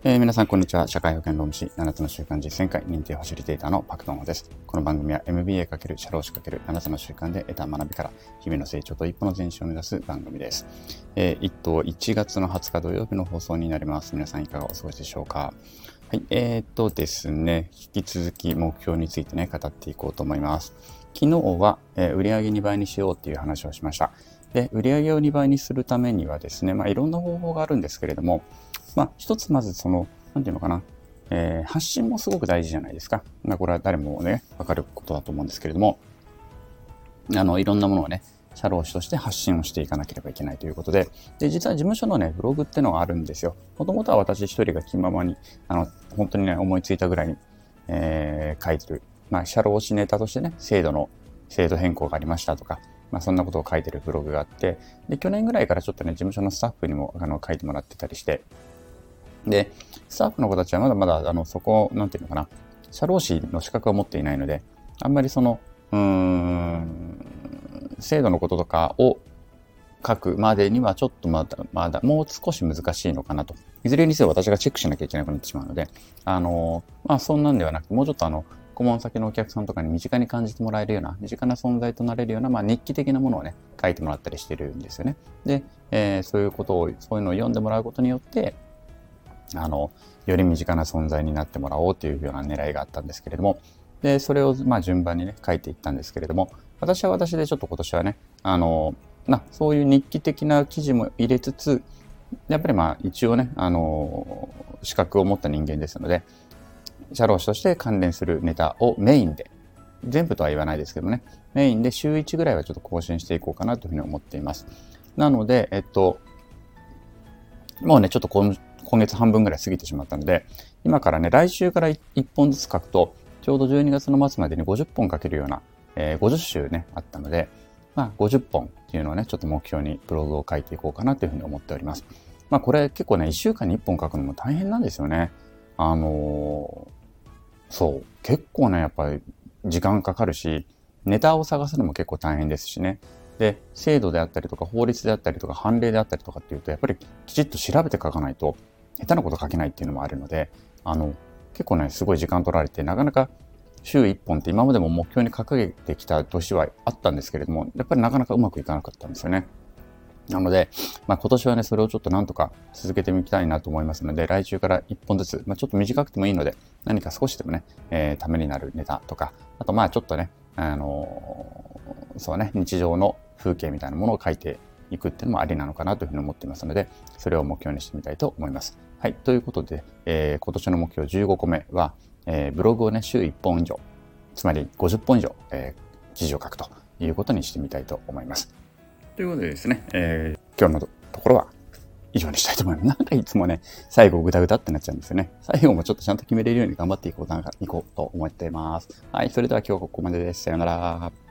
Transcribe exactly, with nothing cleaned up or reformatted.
えー、皆さん、こんにちは。社会保険労務士ななつの習慣実践会認定ファシリテーターのパクトンホです。この番組は エムビーエー× 社労士 ×なな つの習慣で得た学びから日々の成長と一歩の前進を目指す番組です。えー、一等いちがつのはつか土曜日の放送になります。皆さんいかがお過ごしでしょうか。はい、えー、っとですね、引き続き目標についてね、語っていこうと思います。昨日は、えー、売上にばいにしようっていう話をしました。で、売上をにばいにするためにはですね、まあいろんな方法があるんですけれども、まあ一つまずその、なんていうのかな、えー、発信もすごく大事じゃないですか。まあこれは誰もね、わかることだと思うんですけれども、あの、いろんなものをね、社労士として発信をしていかなければいけないということで、で、実は事務所のね、ブログってのがあるんですよ。もともとは私一人が気ままに、あの、本当にね、思いついたぐらいに、えー、書いてる。まあ、社労士ネタとしてね、制度の、制度変更がありましたとか、まあ、そんなことを書いてるブログがあって、で、去年ぐらいからちょっとね、事務所のスタッフにも、あの、書いてもらってたりして、で、スタッフの子たちはまだまだ、あの、そこ、なんていうのかな、社労士の資格を持っていないので、あんまりその、うーん、制度のこととかを書くまでにはちょっとまだ、まだ、もう少し難しいのかなと。いずれにせよ私がチェックしなきゃいけなくなってしまうので、あの、まあ、そんなんではなくて、もうちょっとあの、顧問先のお客さんとかに身近に感じてもらえるような、身近な存在となれるような、まあ、日記的なものをね、書いてもらったりしてるんですよね。で、えー、そういうことを、そういうのを読んでもらうことによって、あの、より身近な存在になってもらおうというような狙いがあったんですけれども、で、それをまあ順番にね、書いていったんですけれども、私は私でちょっと今年はね、あの、な、そういう日記的な記事も入れつつ、やっぱりまあ一応ね、あの、資格を持った人間ですので、社労士として関連するネタをメインで、全部とは言わないですけどもね、メインで週いちぐらいはちょっと更新していこうかなというふうに思っています。なので、えっと、もうね、ちょっと今今月半分ぐらい過ぎてしまったので、今からね、来週からいっぽんずつ書くと、ちょうどじゅうにがつの末までにごじゅっぽん書けるような、えー、ごじゅっしゅうね、あったので、まあ、ごじゅっぽんっていうのをね、ちょっと目標にブログを書いていこうかなというふうに思っております。まあ、これ結構ね、いっしゅうかんにいっぽん書くのも大変なんですよね。あのー、そう、結構ね、やっぱり時間かかるし、ネタを探すのも結構大変ですしね。で、制度であったりとか法律であったりとか判例であったりとかっていうと、やっぱりきちっと調べて書かないと、下手なこと書けないっていうのもあるので、あの、結構ね、すごい時間取られて、なかなか週いっぽんって今までも目標に掲げてきた年はあったんですけれども、やっぱりなかなかうまくいかなかったんですよね。なので、まあ、今年はね、それをちょっとなんとか続けてみたいなと思いますので、来週からいっぽんずつ、まあ、ちょっと短くてもいいので、何か少しでもね、えー、ためになるネタとか、あとまあちょっとね、あのー、そうね、日常の風景みたいなものを書いていくっていうのもありなのかなというふうに思っていますので、それを目標にしてみたいと思います。はい。ということで、えー、今年の目標じゅうごこめは、えー、ブログをね、週いっぽん以上、つまりごじゅっぽん以上、えー、記事を書くということにしてみたいと思います。ということでですね、えー、今日のところは以上にしたいと思います。なんかいつもね、最後グダグダってなっちゃうんですよね。最後もちょっとちゃんと決めれるように頑張っていこうと思っています。はい。それでは今日はここまでです。さよなら。